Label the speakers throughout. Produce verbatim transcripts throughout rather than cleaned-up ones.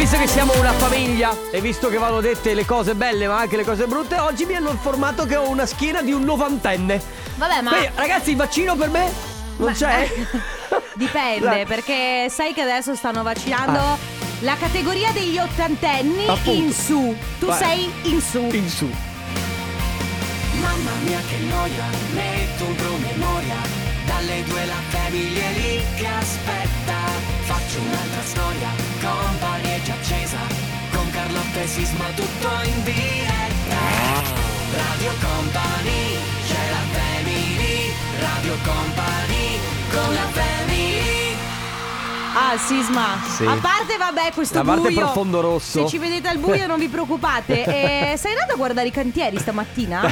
Speaker 1: Visto che siamo una famiglia e visto che vanno dette le cose belle ma anche le cose brutte, oggi mi hanno informato che ho una schiena di un novantenne.
Speaker 2: Vabbè, ma
Speaker 1: Quindi, ragazzi, il vaccino per me non
Speaker 2: ma...
Speaker 1: c'è?
Speaker 2: Dipende, perché sai che adesso stanno vaccinando ah. la categoria degli ottantenni.
Speaker 1: Appunto.
Speaker 2: In su. Tu Beh. sei in su.
Speaker 1: In su.
Speaker 3: Mamma mia che noia, metto un promemoria. Dalle due la famiglia è lì che aspetta. Faccio un'altra storia, Company è già accesa. Con Carlotta e Sisma tutto in diretta. Radio Company, c'è la family. Radio Company, con la family.
Speaker 2: Ah, Sisma, sì. A parte vabbè questo
Speaker 1: la parte
Speaker 2: buio,
Speaker 1: profondo rosso.
Speaker 2: Se ci vedete al buio non vi preoccupate. eh, Sei andato a guardare i cantieri stamattina?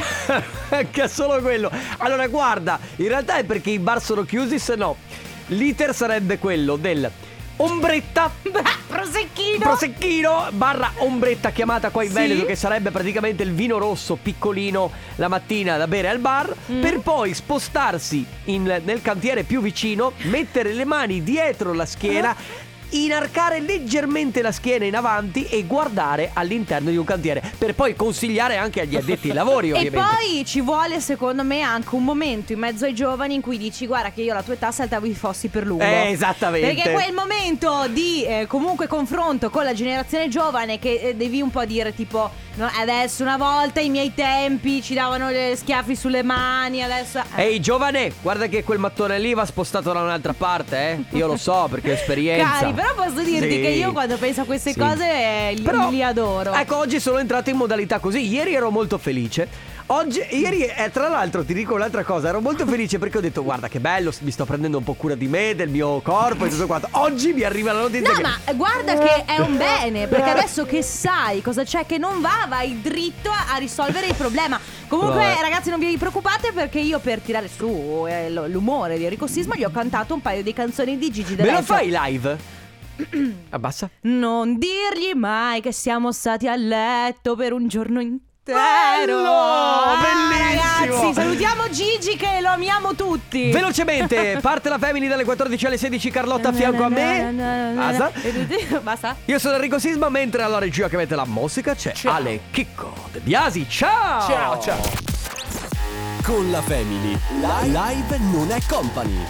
Speaker 1: Che solo quello. Allora guarda, in realtà è perché i bar sono chiusi, se no l'iter sarebbe quello del ombretta
Speaker 2: Prosecchino
Speaker 1: Prosecchino barra ombretta, chiamata qua in
Speaker 2: sì?
Speaker 1: Veneto, che sarebbe praticamente il vino rosso piccolino la mattina da bere al bar, mm. per poi spostarsi in, nel cantiere più vicino, mettere le mani dietro la schiena, uh. inarcare leggermente la schiena in avanti e guardare all'interno di un cantiere, per poi consigliare anche agli addetti ai lavori ovviamente.
Speaker 2: E poi ci vuole secondo me anche un momento in mezzo ai giovani in cui dici guarda che io alla tua età saltavo i fossi per lungo.
Speaker 1: Eh, esattamente.
Speaker 2: Perché quel momento di eh, comunque confronto con la generazione giovane che eh, devi un po' dire tipo no, adesso una volta ai miei tempi ci davano le schiaffi sulle mani, adesso eh.
Speaker 1: Ehi giovane, guarda che quel mattone lì va spostato da un'altra parte, eh. Io lo so perché ho esperienza.
Speaker 2: Cari, però posso dirti sì. che io quando penso a queste sì. cose eh, li, però, li adoro.
Speaker 1: Ecco, oggi sono entrato in modalità così. Ieri ero molto felice. Oggi, ieri, eh, tra l'altro ti dico un'altra cosa. Ero molto felice perché ho detto guarda che bello, mi sto prendendo un po' cura di me, del mio corpo e tutto quanto. Oggi mi arriva la notizia
Speaker 2: No
Speaker 1: che...
Speaker 2: ma guarda che è un bene, perché adesso che sai cosa c'è che non va, vai dritto a risolvere il problema. Comunque Vabbè. ragazzi non vi preoccupate, perché io per tirare su eh, l'umore di Enrico Sisma gli ho cantato un paio di canzoni di Gigi D'Alessio.
Speaker 1: Me lo fai live? Abbassa.
Speaker 2: Non dirgli mai che siamo stati a letto per un giorno intero.
Speaker 1: Bello,
Speaker 2: ah,
Speaker 1: bellissimo.
Speaker 2: Ragazzi, salutiamo Gigi che lo amiamo tutti.
Speaker 1: Velocemente, parte la family dalle quattordici alle sedici. Carlotta a fianco a me. Basta.
Speaker 2: Basta.
Speaker 1: Io sono Enrico Sisma, mentre alla regia che mette la musica c'è ciao. Ale Chicco De Biasi. Ciao.
Speaker 4: Ciao, ciao. Con la family live, live non è company.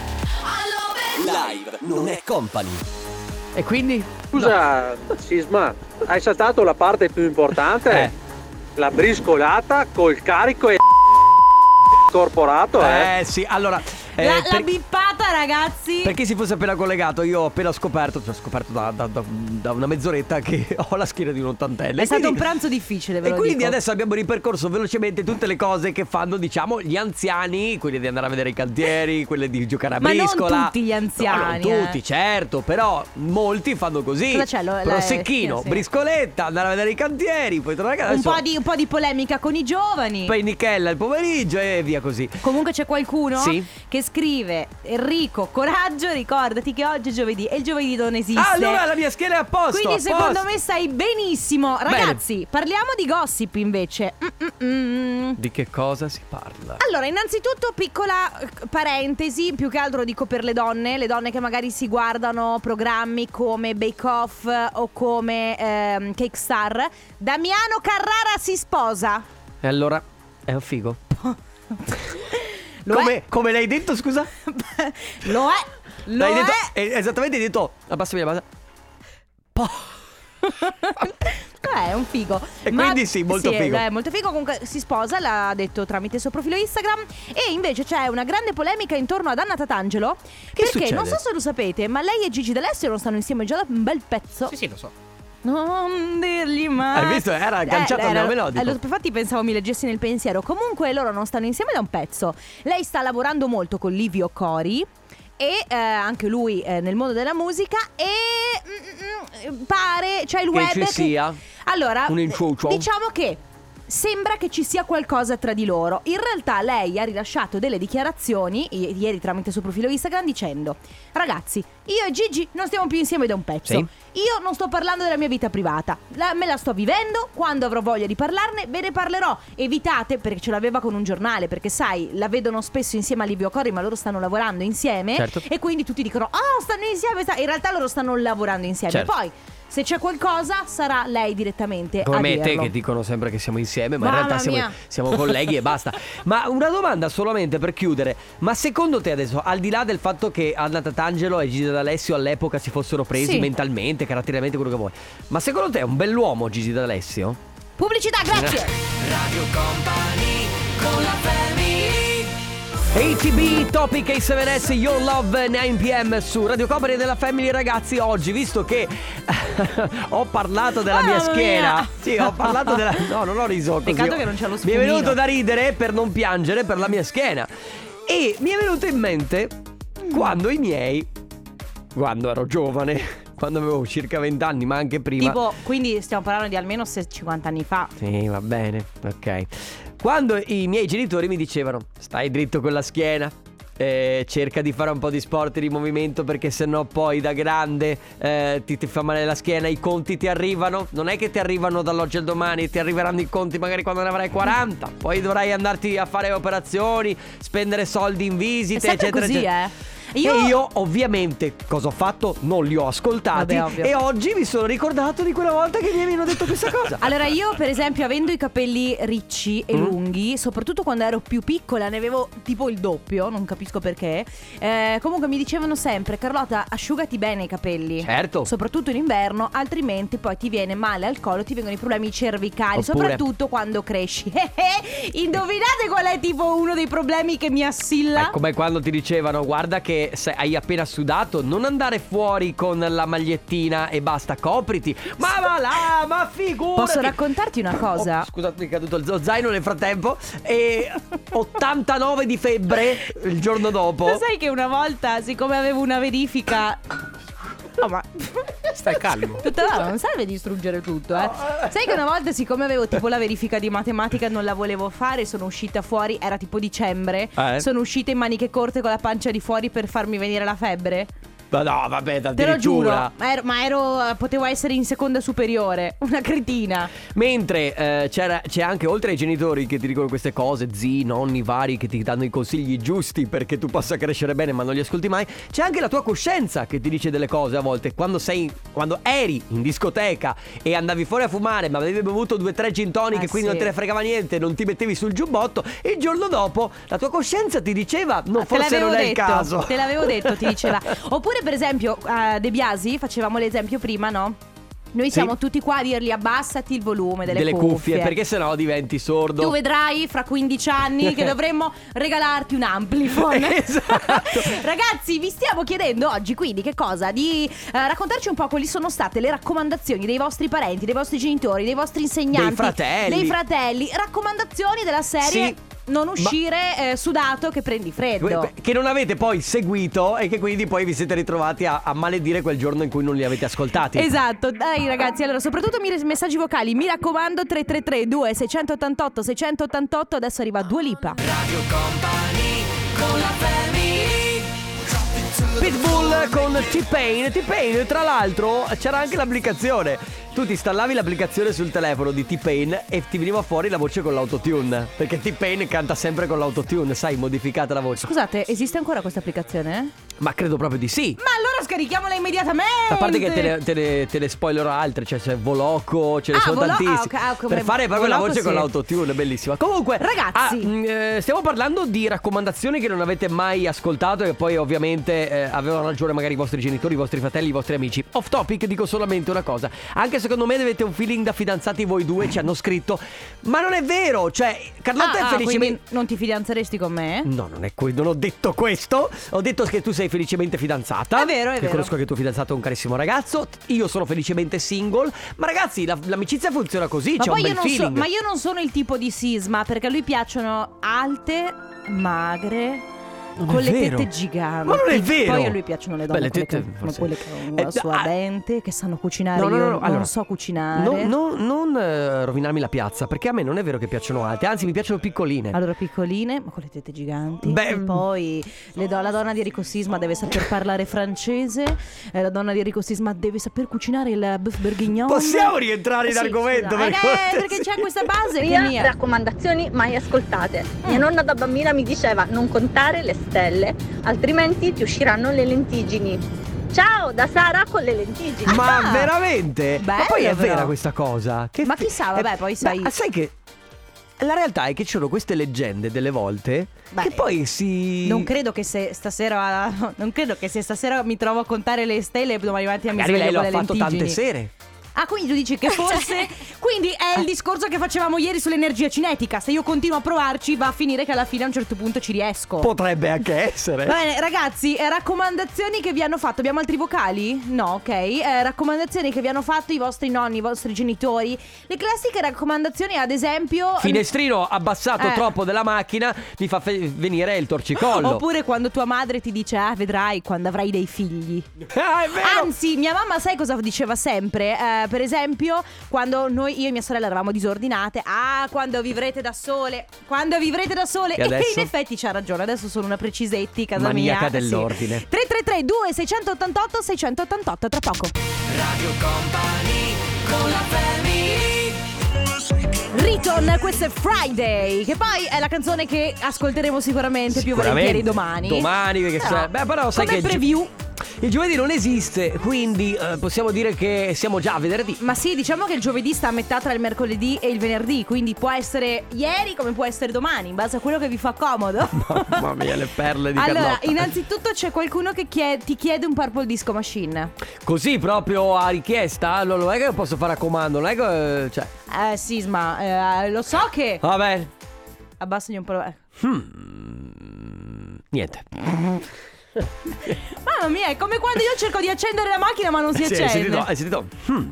Speaker 4: Live non è company.
Speaker 1: E quindi?
Speaker 5: Scusa, no. Sisma, hai saltato la parte più importante?
Speaker 1: Eh.
Speaker 5: La briscolata col carico e corporato, eh?
Speaker 1: Eh sì, allora eh,
Speaker 2: la,
Speaker 1: per...
Speaker 2: la bippata, ragazzi.
Speaker 1: Per chi si fosse appena collegato, io ho appena scoperto, cioè ho scoperto da, da, da, da una mezz'oretta che ho la schiena di un ottantenne.
Speaker 2: È stato
Speaker 1: quindi,
Speaker 2: un pranzo difficile, ve lo
Speaker 1: E quindi
Speaker 2: dico.
Speaker 1: adesso abbiamo ripercorso velocemente tutte le cose che fanno, diciamo, gli anziani, quelle di andare a vedere i cantieri, quelle di giocare a
Speaker 2: Ma
Speaker 1: briscola.
Speaker 2: non tutti gli anziani.
Speaker 1: No, non tutti,
Speaker 2: eh.
Speaker 1: certo, però molti fanno così.
Speaker 2: Cosa c'è? Lo,
Speaker 1: Prosecchino,
Speaker 2: la, sì, sì.
Speaker 1: briscoletta, andare a vedere i cantieri, poi tornare a casa.
Speaker 2: Un po' di, un po' di polemica con i giovani.
Speaker 1: Poi Nichella il pomeriggio e via così.
Speaker 2: Comunque c'è qualcuno
Speaker 1: sì?
Speaker 2: che scrive: Enrico, coraggio, ricordati che oggi è giovedì e il giovedì non esiste.
Speaker 1: Ah, allora la mia schiena è a posto.
Speaker 2: Quindi
Speaker 1: a
Speaker 2: secondo
Speaker 1: posto.
Speaker 2: me stai benissimo. Ragazzi, Bene. parliamo di gossip invece. Mm-mm-mm.
Speaker 1: Di che cosa si parla?
Speaker 2: Allora, innanzitutto piccola parentesi, più che altro dico per le donne, le donne che magari si guardano programmi come Bake Off o come ehm, Cake Star. Damiano Carrara si sposa.
Speaker 1: E allora è un figo.
Speaker 2: Lo
Speaker 1: come,
Speaker 2: è?
Speaker 1: come l'hai detto, scusa?
Speaker 2: Lo è. Lo
Speaker 1: l'hai
Speaker 2: è.
Speaker 1: detto, eh, esattamente hai detto. Abbassami la base. Po.
Speaker 2: È un figo.
Speaker 1: E
Speaker 2: Ma,
Speaker 1: quindi sì, molto
Speaker 2: sì,
Speaker 1: figo.
Speaker 2: È molto figo. Comunque si sposa, l'ha detto tramite il suo profilo Instagram. E invece c'è una grande polemica intorno ad Anna Tatangelo.
Speaker 1: Che
Speaker 2: perché
Speaker 1: succede?
Speaker 2: non so se lo sapete, ma lei e Gigi D'Alessio non stanno insieme già da un bel pezzo.
Speaker 1: Sì, sì, lo so.
Speaker 2: Non dirgli mai.
Speaker 1: Hai visto? Era agganciato
Speaker 2: eh,
Speaker 1: al
Speaker 2: era,
Speaker 1: melodico.
Speaker 2: eh, infatti pensavo mi leggessi nel pensiero. Comunque loro non stanno insieme da un pezzo. Lei sta lavorando molto con Livio Cori e eh, anche lui eh, nel mondo della musica. E mm, mm, pare, cioè il
Speaker 1: che
Speaker 2: web
Speaker 1: ci
Speaker 2: che,
Speaker 1: sia
Speaker 2: allora
Speaker 1: un incrocio.
Speaker 2: diciamo che sembra che ci sia qualcosa tra di loro. In realtà lei ha rilasciato delle dichiarazioni i- ieri tramite il suo profilo Instagram dicendo: ragazzi, io e Gigi non stiamo più insieme da un pezzo.
Speaker 1: Sì.
Speaker 2: Io non sto parlando della mia vita privata, la, me la sto vivendo. Quando avrò voglia di parlarne ve ne parlerò. Evitate, perché ce l'aveva con un giornale, perché sai, la vedono spesso insieme a Livio Cori, ma loro stanno lavorando insieme,
Speaker 1: certo.
Speaker 2: E quindi tutti dicono: oh, stanno insieme. In realtà loro stanno lavorando insieme,
Speaker 1: certo.
Speaker 2: Poi Se c'è qualcosa sarà lei direttamente
Speaker 1: Come
Speaker 2: a
Speaker 1: me e te
Speaker 2: dirlo.
Speaker 1: che dicono sempre che siamo insieme, ma
Speaker 2: Mamma
Speaker 1: in realtà siamo,
Speaker 2: mia.
Speaker 1: siamo colleghi e basta. Ma una domanda solamente per chiudere: ma secondo te adesso, al di là del fatto che Anna Tatangelo e Gigi D'Alessio all'epoca si fossero presi
Speaker 2: Sì.
Speaker 1: mentalmente, caratterialmente, quello che vuoi, ma secondo te è un bell'uomo Gigi D'Alessio?
Speaker 2: Pubblicità, grazie.
Speaker 3: Radio Company con la family.
Speaker 1: A T B, Topic A sette S, Your Love, nove p m su Radio Company della Family. Ragazzi, oggi, visto che ho parlato della mia
Speaker 2: Mamma
Speaker 1: schiena,
Speaker 2: mia.
Speaker 1: sì, ho parlato della... No, non ho riso così.
Speaker 2: Peccato che non c'è lo
Speaker 1: Mi è
Speaker 2: sfumino.
Speaker 1: venuto da ridere per non piangere per la mia schiena. E mi è venuto in mente quando i miei, quando ero giovane, quando avevo circa venti anni, ma anche prima.
Speaker 2: Tipo, quindi stiamo parlando di almeno cinquanta anni fa.
Speaker 1: Sì, va bene, ok. Quando i miei genitori mi dicevano: stai dritto con la schiena, eh, cerca di fare un po' di sport e di movimento, perché sennò poi da grande eh, ti, ti fa male la schiena, i conti ti arrivano. Non è che ti arrivano dall'oggi al domani, ti arriveranno i conti magari quando ne avrai quaranta. Poi dovrai andarti a fare operazioni, spendere soldi in
Speaker 2: È
Speaker 1: visite,
Speaker 2: sempre
Speaker 1: eccetera,
Speaker 2: così,
Speaker 1: eccetera.
Speaker 2: eh.
Speaker 1: E io ovviamente cosa ho fatto? Non li ho ascoltati.
Speaker 2: Vabbè, ovvio.
Speaker 1: E oggi mi sono ricordato di quella volta che mi avevano detto questa cosa.
Speaker 2: Allora io per esempio, avendo i capelli ricci e
Speaker 1: Mm.
Speaker 2: lunghi, soprattutto quando ero più piccola, ne avevo tipo il doppio, non capisco perché, eh, comunque mi dicevano sempre: Carlotta, asciugati bene i capelli,
Speaker 1: Certo.
Speaker 2: soprattutto in inverno, altrimenti poi ti viene male al collo, ti vengono i problemi cervicali.
Speaker 1: Oppure-
Speaker 2: Soprattutto quando cresci. Indovinate qual è tipo uno dei problemi che mi assilla?
Speaker 1: È come quando ti dicevano: guarda che se hai appena sudato, non andare fuori con la magliettina e basta, copriti. Ma va là, ma figurati.
Speaker 2: Posso raccontarti una cosa?
Speaker 1: Oh, scusate, mi è caduto lo zaino nel frattempo. E ottantanove di febbre il giorno dopo.
Speaker 2: Lo sai che una volta, siccome avevo una verifica... No, ma...
Speaker 1: Stai calmo.
Speaker 2: Tutto là, non serve distruggere tutto, eh. Sai che una volta, siccome avevo tipo la verifica di matematica, non la volevo fare, sono uscita fuori, era tipo dicembre,
Speaker 1: Eh?
Speaker 2: sono uscita in maniche corte con la pancia di fuori per farmi venire la febbre.
Speaker 1: Ma no, vabbè,
Speaker 2: Te lo giuro,
Speaker 1: addirittura.
Speaker 2: ma ero, ma ero- potevo essere in seconda superiore, una cretina.
Speaker 1: Mentre eh, c'era, c'è anche, oltre ai genitori che ti dicono queste cose, zii, nonni vari che ti danno i consigli giusti perché tu possa crescere bene, ma non li ascolti mai, c'è anche la tua coscienza che ti dice delle cose a volte. Quando sei, quando eri in discoteca e andavi fuori a fumare, ma avevi bevuto due o tre gin tonic
Speaker 2: Eh,
Speaker 1: e quindi
Speaker 2: sì.
Speaker 1: non te ne fregava niente, non ti mettevi sul giubbotto, e il giorno dopo la tua coscienza ti diceva: no,
Speaker 2: Te
Speaker 1: forse
Speaker 2: l'avevo
Speaker 1: non è
Speaker 2: detto,
Speaker 1: il caso.
Speaker 2: Te l'avevo detto, ti diceva. Oppure per esempio a De Biasi, facevamo l'esempio prima, no? Noi siamo
Speaker 1: Sì.
Speaker 2: tutti qua a dirgli: abbassati il volume delle,
Speaker 1: Delle cuffie, perché sennò diventi sordo.
Speaker 2: tu vedrai fra quindici anni che dovremmo regalarti un amplifone.
Speaker 1: Esatto.
Speaker 2: Ragazzi, vi stiamo chiedendo oggi quindi che cosa? Di eh, raccontarci un po' quali sono state le raccomandazioni dei vostri parenti, dei vostri genitori, dei vostri insegnanti,
Speaker 1: Dei fratelli.
Speaker 2: dei fratelli. Raccomandazioni della serie:
Speaker 1: Sì.
Speaker 2: non uscire eh, sudato che prendi freddo.
Speaker 1: Che non avete poi seguito e che quindi poi vi siete ritrovati a, a maledire quel giorno in cui non li avete ascoltati.
Speaker 2: Esatto, dai ragazzi, allora soprattutto mi- messaggi vocali, mi raccomando, tre tre tre due sei otto otto sei otto otto. Adesso arriva Dua Lipa.
Speaker 3: Radio Company con la family.
Speaker 1: Pitbull con T-Pain. T-Pain, tra l'altro, c'era anche l'applicazione. Tu ti installavi l'applicazione sul telefono di T-Pain e ti veniva fuori la voce con l'autotune. Perché T-Pain canta sempre con l'autotune, sai, modificata la voce.
Speaker 2: Scusate, esiste ancora questa applicazione?
Speaker 1: Ma credo proprio di sì.
Speaker 2: Ma allora scarichiamola immediatamente.
Speaker 1: A parte che te ne, te ne, te ne spoilerò altre. Cioè c'è Voloco, ce ne
Speaker 2: Ah,
Speaker 1: sono
Speaker 2: Volo-
Speaker 1: tantissimi.
Speaker 2: ah, ok, ah, come
Speaker 1: Per fare proprio la
Speaker 2: Voloco,
Speaker 1: voce con
Speaker 2: sì.
Speaker 1: l'autotune, bellissima. Comunque
Speaker 2: Ragazzi.
Speaker 1: ah, mh, eh, stiamo parlando di raccomandazioni che non avete mai ascoltato, e poi ovviamente eh, avevano ragione magari i vostri genitori, i vostri fratelli, i vostri amici. Off topic, dico solamente una cosa: anche secondo me avete un feeling da fidanzati voi due, ci hanno scritto. Ma non è vero. Cioè Carlotta
Speaker 2: Ah,
Speaker 1: è
Speaker 2: ah,
Speaker 1: felicemente
Speaker 2: quindi non ti fidanzeresti con me?
Speaker 1: No, non è que- non ho detto questo. Ho detto che tu sei felicemente fidanzata.
Speaker 2: È vero, è
Speaker 1: che
Speaker 2: vero.
Speaker 1: conosco che il tuo fidanzato è un carissimo ragazzo. Io sono felicemente single. Ma ragazzi, la- l'amicizia funziona così.
Speaker 2: Ma
Speaker 1: c'è
Speaker 2: poi
Speaker 1: un
Speaker 2: io
Speaker 1: bel
Speaker 2: non so,
Speaker 1: feeling.
Speaker 2: ma io non sono il tipo di sisma, perché a lui piacciono alte, magre,
Speaker 1: Non
Speaker 2: con
Speaker 1: è
Speaker 2: le
Speaker 1: vero.
Speaker 2: tette giganti.
Speaker 1: Ma non è vero.
Speaker 2: Poi a lui piacciono le donne,
Speaker 1: Beh, le
Speaker 2: quelle,
Speaker 1: tette,
Speaker 2: che,
Speaker 1: forse.
Speaker 2: quelle che hanno
Speaker 1: Eh,
Speaker 2: la sua
Speaker 1: ah,
Speaker 2: dente, che sanno cucinare.
Speaker 1: No, no, no,
Speaker 2: Io
Speaker 1: no, allora,
Speaker 2: non so cucinare.
Speaker 1: No, no, non eh, rovinarmi la piazza, perché a me non è vero che piacciono alte, anzi mi piacciono piccoline.
Speaker 2: Allora piccoline, ma con le tette giganti.
Speaker 1: Beh,
Speaker 2: e poi le do- la donna di Enrico Sisma deve saper parlare francese. eh, La donna di Enrico Sisma deve saper cucinare il beef bourguignon.
Speaker 1: Possiamo rientrare in
Speaker 2: Sì,
Speaker 1: argomento,
Speaker 2: scusa.
Speaker 1: per
Speaker 2: Eh,
Speaker 1: cortesia?
Speaker 2: perché c'è questa base che
Speaker 6: Via
Speaker 2: mia.
Speaker 6: raccomandazioni mai ascoltate. Mia nonna da bambina mi diceva: non contare le stelle, altrimenti ti usciranno le lentiggini. Ciao, da Sara con le lentiggini.
Speaker 1: Ma
Speaker 2: Ah,
Speaker 1: veramente?
Speaker 2: bello,
Speaker 1: Ma poi è vera
Speaker 2: però.
Speaker 1: questa cosa? Che
Speaker 2: Ma
Speaker 1: fi-
Speaker 2: chissà, vabbè,
Speaker 1: eh,
Speaker 2: poi sai-
Speaker 1: ma sai che la realtà è che ci sono queste leggende delle volte
Speaker 2: Beh,
Speaker 1: che poi si...
Speaker 2: Non credo che se stasera non credo che se stasera mi trovo a contare le stelle domani mattina mi
Speaker 1: Magari
Speaker 2: sveglio
Speaker 1: lei lo
Speaker 2: con
Speaker 1: ha
Speaker 2: le
Speaker 1: fatto
Speaker 2: lentiggini.
Speaker 1: tante sere.
Speaker 2: Ah, quindi tu dici che forse quindi è il discorso che facevamo ieri sull'energia cinetica. Se io continuo a provarci va a finire che alla fine a un certo punto ci riesco.
Speaker 1: Potrebbe anche essere.
Speaker 2: Va bene, ragazzi, eh, raccomandazioni che vi hanno fatto. Abbiamo altri vocali? No, ok. Eh, raccomandazioni che vi hanno fatto i vostri nonni, i vostri genitori. Le classiche raccomandazioni, ad esempio.
Speaker 1: Finestrino abbassato
Speaker 2: Eh.
Speaker 1: troppo della macchina mi fa fe- venire il torcicollo.
Speaker 2: Oppure quando tua madre ti dice: ah, vedrai quando avrai dei figli.
Speaker 1: Ah, è vero.
Speaker 2: Anzi, mia mamma sai cosa diceva sempre? Eh, per esempio, quando noi, io e mia sorella eravamo disordinate. Ah, quando vivrete da sole. Quando vivrete da sole.
Speaker 1: E adesso?
Speaker 2: in effetti c'ha ragione. Adesso sono una Precisetti, casa
Speaker 1: Maniaca
Speaker 2: mia.
Speaker 1: dell'ordine.
Speaker 2: Sì. tre tre tre due sei otto otto sei otto otto. Tra poco.
Speaker 3: Radio Company con la family.
Speaker 2: Riton, questo è Friday. Che poi è la canzone che ascolteremo sicuramente, più
Speaker 1: Sicuramente.
Speaker 2: volentieri domani.
Speaker 1: Domani, perché
Speaker 2: Però,
Speaker 1: sa- beh, però sai
Speaker 2: come
Speaker 1: che il gi-
Speaker 2: preview.
Speaker 1: Il giovedì non esiste, quindi eh, possiamo dire che siamo già a venerdì.
Speaker 2: Ma sì, diciamo che il giovedì sta a metà tra il mercoledì e il venerdì, quindi può essere ieri come può essere domani, in base a quello che vi fa comodo.
Speaker 1: Mamma mia, le perle di
Speaker 2: Allora,
Speaker 1: Carlotta.
Speaker 2: innanzitutto c'è qualcuno che chied- ti chiede un Purple Disco Machine.
Speaker 1: Così proprio a richiesta? Non non è che lo posso fare a comando, non è che... Cioè,
Speaker 2: Eh, Sisma, eh, lo so che...
Speaker 1: vabbè.
Speaker 2: Abbassagli un po'... eh.
Speaker 1: Hmm, niente.
Speaker 2: Mamma mia, è come quando io cerco di accendere la macchina ma non si
Speaker 1: Sì, hai
Speaker 2: accende.
Speaker 1: sentito? Hai sentito?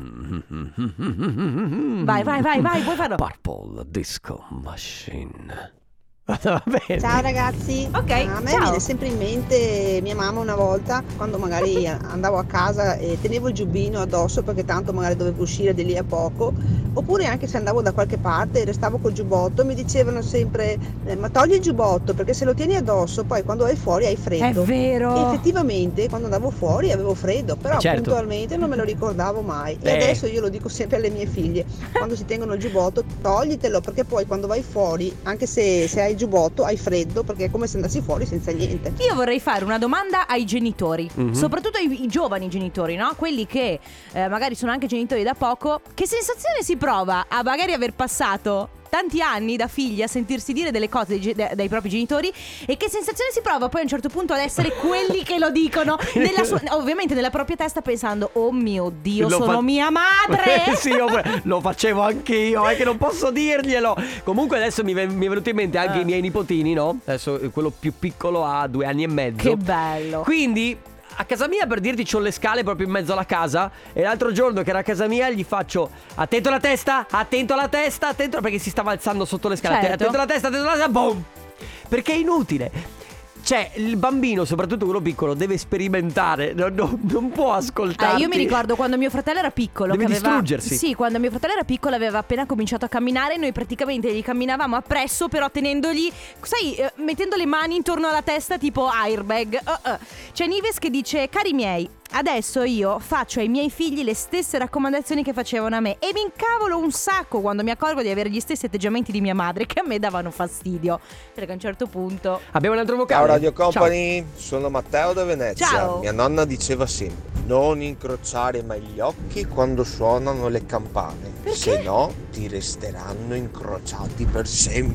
Speaker 1: Hmm.
Speaker 2: Vai, vai, vai, vai, puoi farlo.
Speaker 1: Purple Disco Machine. Va bene.
Speaker 7: Ciao ragazzi.
Speaker 2: Ok,
Speaker 7: A me
Speaker 2: ciao.
Speaker 7: viene sempre in mente mia mamma una volta quando magari andavo a casa e tenevo il giubbino addosso perché tanto magari dovevo uscire di lì a poco, oppure anche se andavo da qualche parte e restavo col giubbotto mi dicevano sempre eh, ma togli il giubbotto perché se lo tieni addosso poi quando vai fuori hai
Speaker 2: È
Speaker 7: freddo. E
Speaker 2: vero.
Speaker 7: effettivamente quando andavo fuori avevo freddo, però
Speaker 1: Certo.
Speaker 7: puntualmente non me lo ricordavo mai.
Speaker 1: Eh.
Speaker 7: E adesso io lo dico sempre alle mie figlie, quando si tengono il giubbotto toglitelo perché poi quando vai fuori, anche se, se hai il giubbotto, hai freddo perché è come se andassi fuori senza niente.
Speaker 2: Io vorrei fare una domanda ai genitori,
Speaker 1: Mhm.
Speaker 2: soprattutto ai, i giovani genitori, no? Quelli che eh, magari sono anche genitori da poco. Che sensazione si prova a magari aver passato tanti anni da figli a sentirsi dire delle cose dai, ge- dai- dai propri genitori, e che sensazione si prova poi a un certo punto ad essere quelli che lo dicono nella sua, ovviamente nella propria testa, pensando oh mio Dio,
Speaker 1: Lo
Speaker 2: sono
Speaker 1: fa-
Speaker 2: mia madre.
Speaker 1: Sì, io lo facevo anch'io, è che non posso dirglielo. Comunque adesso mi, ve- mi è venuto in mente anche
Speaker 2: Eh.
Speaker 1: i miei nipotini, no? Adesso eh, quello più piccolo ha due anni e mezzo.
Speaker 2: Che bello.
Speaker 1: Quindi a casa mia, per dirti, c'ho le scale proprio in mezzo alla casa. E l'altro giorno che era a casa mia gli faccio attento alla testa, attento alla testa, attento, perché si stava alzando sotto le scale.
Speaker 2: Certo.
Speaker 1: Attento alla testa, attento alla testa, boom. Perché è inutile. Cioè, il bambino, soprattutto quello piccolo, deve sperimentare, non, non- non può ascoltarti.
Speaker 2: Eh, io mi ricordo quando mio fratello era piccolo,
Speaker 1: Deve
Speaker 2: che aveva,
Speaker 1: distruggersi.
Speaker 2: Sì, quando mio fratello era piccolo aveva appena cominciato a camminare. Noi praticamente gli camminavamo appresso, però tenendogli, sai, eh, mettendo le mani intorno alla testa tipo airbag. Uh, uh. C'è Nives che dice: cari miei, adesso io faccio ai miei figli le stesse raccomandazioni che facevano a me, e mi incavolo un sacco quando mi accorgo di avere gli stessi atteggiamenti di mia madre, che a me davano fastidio. Perché a un certo punto...
Speaker 1: Abbiamo un altro vocale.
Speaker 8: Ciao Radio Company, sono Matteo da Venezia.
Speaker 2: Ciao.
Speaker 8: Mia nonna diceva sempre: non incrociare mai gli occhi quando suonano le campane, se no ti resteranno incrociati per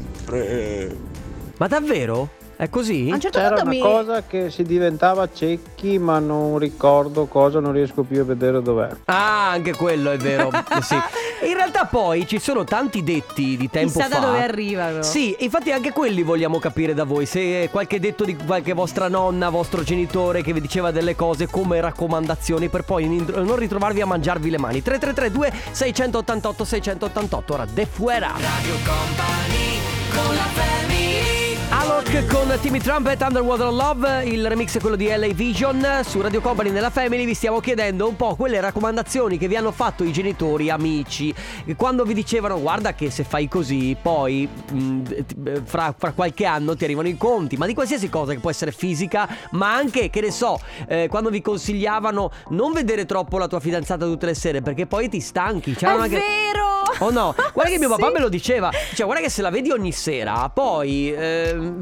Speaker 8: sempre.
Speaker 1: Ma davvero? È così?
Speaker 2: A un certo
Speaker 9: C'era
Speaker 2: punto
Speaker 9: una
Speaker 2: mi...
Speaker 9: cosa che si diventava ciechi, ma non ricordo cosa, non riesco più a vedere dov'è.
Speaker 1: Ah, anche quello è vero. Sì. In realtà poi ci sono tanti detti di tempo
Speaker 2: Chissà
Speaker 1: fa.
Speaker 2: da dove arrivano.
Speaker 1: Sì, infatti anche quelli vogliamo capire da voi. Se qualche detto di qualche vostra nonna, vostro genitore che vi diceva delle cose come raccomandazioni, per poi non ritrovarvi a mangiarvi le mani. Tre tre tre due sei otto otto sei otto otto. Ora De Fuera.
Speaker 3: Radio Company con la family.
Speaker 1: Alok con Timmy Trumpet, Underwater Love. Il remix è quello di L A Vision. Su Radio Company nella Family vi stiamo chiedendo un po' quelle raccomandazioni che vi hanno fatto i genitori, amici, quando vi dicevano guarda che se fai così poi mh, fra, fra qualche anno ti arrivano i conti. Ma di qualsiasi cosa, che può essere fisica, ma anche, che ne so, eh, quando vi consigliavano non vedere troppo la tua fidanzata tutte le sere perché poi ti stanchi.
Speaker 2: È
Speaker 1: C'erano anche...
Speaker 2: vero.
Speaker 1: Oh no, guarda che mio papà
Speaker 2: Sì.
Speaker 1: me lo diceva. Cioè, guarda che se la vedi ogni sera, poi eh,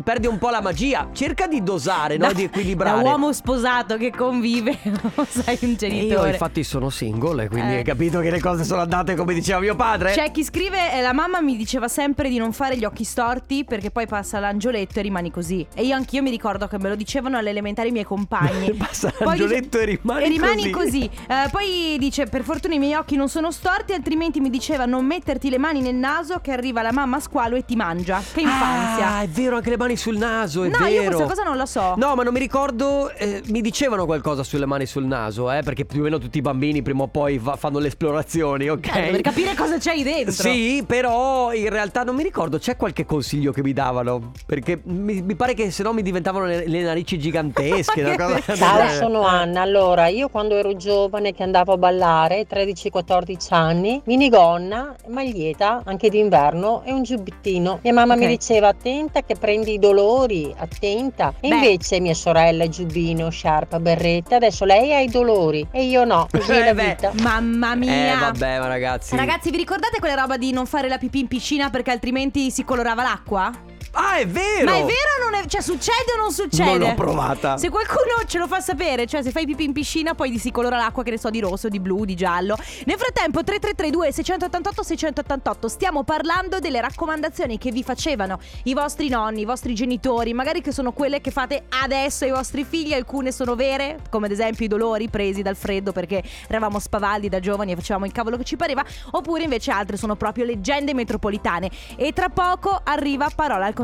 Speaker 1: perde un po' la magia. Cerca di dosare, no?
Speaker 2: Da-
Speaker 1: Di equilibrare.
Speaker 2: Da uomo sposato che convive, non sei un
Speaker 1: E
Speaker 2: genitore.
Speaker 1: io infatti sono single e quindi
Speaker 2: Eh.
Speaker 1: hai capito che le cose sono andate come diceva mio padre.
Speaker 2: C'è chi scrive eh, la mamma mi diceva sempre di non fare gli occhi storti perché poi passa l'angioletto e rimani così. E io anch'io mi ricordo che me lo dicevano alle elementari i miei compagni.
Speaker 1: Passa
Speaker 2: Poi
Speaker 1: l'angioletto
Speaker 2: dice-
Speaker 1: e rimani
Speaker 2: e rimani
Speaker 1: così.
Speaker 2: così. Eh, poi dice per fortuna i miei occhi non sono storti, altrimenti mi diceva non metterti le mani nel naso che arriva la mamma a squalo e ti mangia. Che infanzia.
Speaker 1: Ah, è vero, anche le mani sul naso, è
Speaker 2: no,
Speaker 1: vero.
Speaker 2: io questa cosa non la so.
Speaker 1: No, ma non mi ricordo, eh, mi dicevano qualcosa sulle mani sul naso, eh, perché più o meno tutti i bambini prima o poi fa- fanno le esplorazioni, ok?
Speaker 2: Eh, per capire cosa c'hai dentro.
Speaker 1: Sì, però in realtà non mi ricordo, c'è qualche consiglio che mi davano, perché mi, mi pare che se no mi diventavano le, le narici gigantesche. una cosa del
Speaker 10: Ciao,
Speaker 1: genere.
Speaker 10: sono Anna. Allora, io quando ero giovane che andavo a ballare, tredici quattordici anni, minigonna, maglietta, anche d'inverno e un giubbettino. Mia mamma
Speaker 2: Ok.
Speaker 10: mi diceva attenta che prendi i dolori, attenta. E
Speaker 2: Beh.
Speaker 10: invece mia sorella giubbino, sciarpa, berretta, adesso lei ha i dolori e io no, così è
Speaker 1: Eh
Speaker 10: la
Speaker 1: beh.
Speaker 10: vita.
Speaker 2: Mamma mia.
Speaker 1: Eh vabbè, ma ragazzi.
Speaker 2: Ragazzi, vi ricordate quella roba di non fare la pipì in piscina perché altrimenti si colorava l'acqua?
Speaker 1: Ah, è vero.
Speaker 2: Ma è vero o non è? Cioè, succede o non succede?
Speaker 1: Non l'ho provata.
Speaker 2: Se qualcuno ce lo fa sapere, cioè se fai pipì in piscina poi si colora l'acqua, che ne so, di rosso, di blu, di giallo. Nel frattempo tre tre tre due sei otto otto sei otto otto stiamo parlando delle raccomandazioni che vi facevano i vostri nonni, i vostri genitori, magari che sono quelle che fate adesso ai vostri figli. Alcune sono vere, come ad esempio i dolori presi dal freddo perché eravamo spavaldi da giovani e facevamo il cavolo che ci pareva, oppure invece altre sono proprio leggende metropolitane. E tra poco arriva Parola al contrario.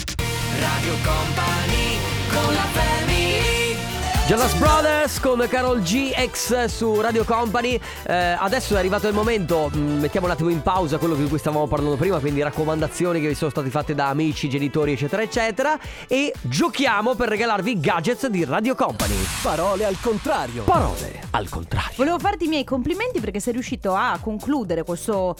Speaker 3: Radio Company con la family.
Speaker 1: Jonas Brothers con Karol G ex su Radio Company. eh, Adesso è arrivato il momento, mh, mettiamo un attimo in pausa quello di cui stavamo parlando prima, quindi raccomandazioni che vi sono state fatte da amici, genitori eccetera eccetera, e giochiamo per regalarvi i gadgets di Radio Company.
Speaker 4: Parole al contrario.
Speaker 1: Parole al contrario.
Speaker 2: Volevo farti i miei complimenti perché sei riuscito a concludere questo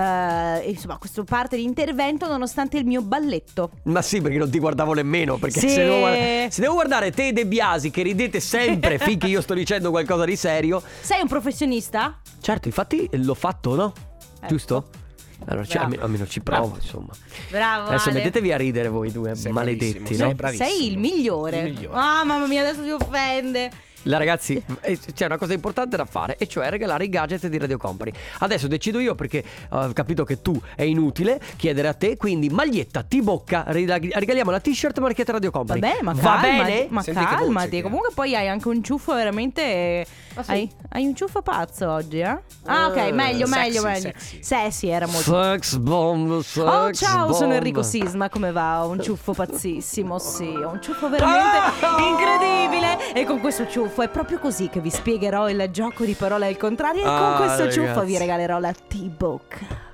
Speaker 2: eh, insomma, questo parte di intervento nonostante il mio balletto.
Speaker 1: Ma sì, perché non ti guardavo nemmeno. Perché
Speaker 2: Sì.
Speaker 1: se, devo guarda- se devo guardare te e De Biasi che ridete sempre finché io sto dicendo qualcosa di serio.
Speaker 2: Sei un professionista?
Speaker 1: Certo, infatti l'ho fatto, no?
Speaker 2: Ecco.
Speaker 1: Giusto? Allora ci-
Speaker 2: Bravo.
Speaker 1: almeno, almeno ci provo, insomma.
Speaker 2: Bravo.
Speaker 1: Adesso
Speaker 2: Ale.
Speaker 1: mettetevi a ridere voi due
Speaker 11: Sei
Speaker 1: maledetti,
Speaker 11: bravissimo,
Speaker 1: no?
Speaker 11: sei bravissimo.
Speaker 2: Sei il migliore.
Speaker 11: Il migliore.
Speaker 2: Ah, mamma mia, adesso si offende.
Speaker 1: La ragazzi, eh, c'è una cosa importante da fare, e cioè regalare i gadget di Radio Company. Adesso decido io, perché ho capito che tu è inutile chiedere a te. Quindi maglietta, T-bocca, reg- regaliamo la t-shirt marchetta Radio
Speaker 2: Va
Speaker 1: Company.
Speaker 2: bene, ma
Speaker 1: Va
Speaker 2: calmati,
Speaker 1: bene?
Speaker 2: ma
Speaker 11: Senti che
Speaker 2: calmati.
Speaker 11: voce che ha.
Speaker 2: Comunque poi hai anche un ciuffo veramente.
Speaker 1: Ah, sì?
Speaker 2: hai, hai un ciuffo pazzo oggi, eh? Ah, ok, meglio,
Speaker 11: sexy,
Speaker 2: meglio, meglio.
Speaker 11: sexy.
Speaker 2: Sexy era molto.
Speaker 1: Sex bomb, sex
Speaker 2: Oh ciao,
Speaker 1: bomb.
Speaker 2: sono Enrico Sisma, come va? Ho un ciuffo pazzissimo, sì, ho un ciuffo veramente
Speaker 1: Ah!
Speaker 2: incredibile. E con questo ciuffo è proprio così che vi spiegherò il gioco di parole al contrario. E con
Speaker 1: Ah,
Speaker 2: questo ciuffo
Speaker 1: ragazzi.
Speaker 2: vi regalerò la T-Bocca.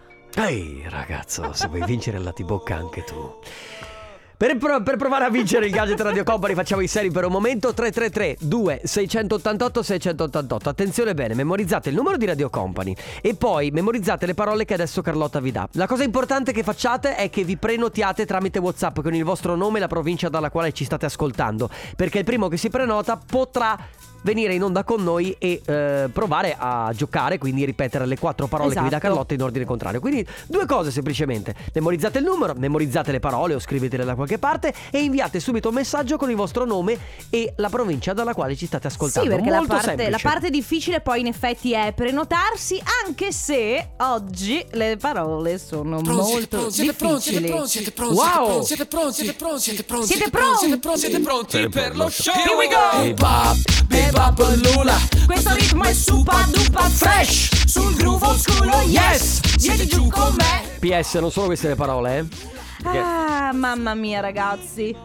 Speaker 1: Ehi ragazzo, se vuoi vincere la T-bocca anche tu. Per, pro- per provare a vincere il gadget Radio Company facciamo i seri per un momento. Tre tre tre due sei otto otto sei otto otto. Attenzione bene, memorizzate il numero di Radio Company e poi memorizzate le parole che adesso Carlotta vi dà. La cosa importante che facciate è che vi prenotiate tramite WhatsApp con il vostro nome e la provincia dalla quale ci state ascoltando, perché il primo che si prenota potrà venire in onda con noi e eh, provare a giocare, quindi ripetere le quattro parole che vi dà
Speaker 2: Esatto.
Speaker 1: Carlotta in ordine contrario. Quindi due cose semplicemente: memorizzate il numero, memorizzate le parole o scrivetele da qualche parte e inviate subito un messaggio con il vostro nome e la provincia dalla quale ci state ascoltando.
Speaker 2: Sì, perché la
Speaker 1: Molto
Speaker 2: parte,
Speaker 1: semplice.
Speaker 2: la parte difficile poi in effetti è prenotarsi, anche se oggi le parole sono molto difficili.
Speaker 1: Wow!
Speaker 3: Siete pronti? Siete pronti? Siete pronti?
Speaker 2: Siete pronti?
Speaker 3: Siete pronti? Siete pronti per lo show?
Speaker 2: Here we go!
Speaker 3: Bebop, bebop, lula.
Speaker 2: Questo ritmo è super duper fresh.
Speaker 3: Sul groove old school, oh yes. Siete giù con me.
Speaker 1: P S, non sono queste le parole, eh? Perché-
Speaker 2: Ah, mamma mia, ragazzi.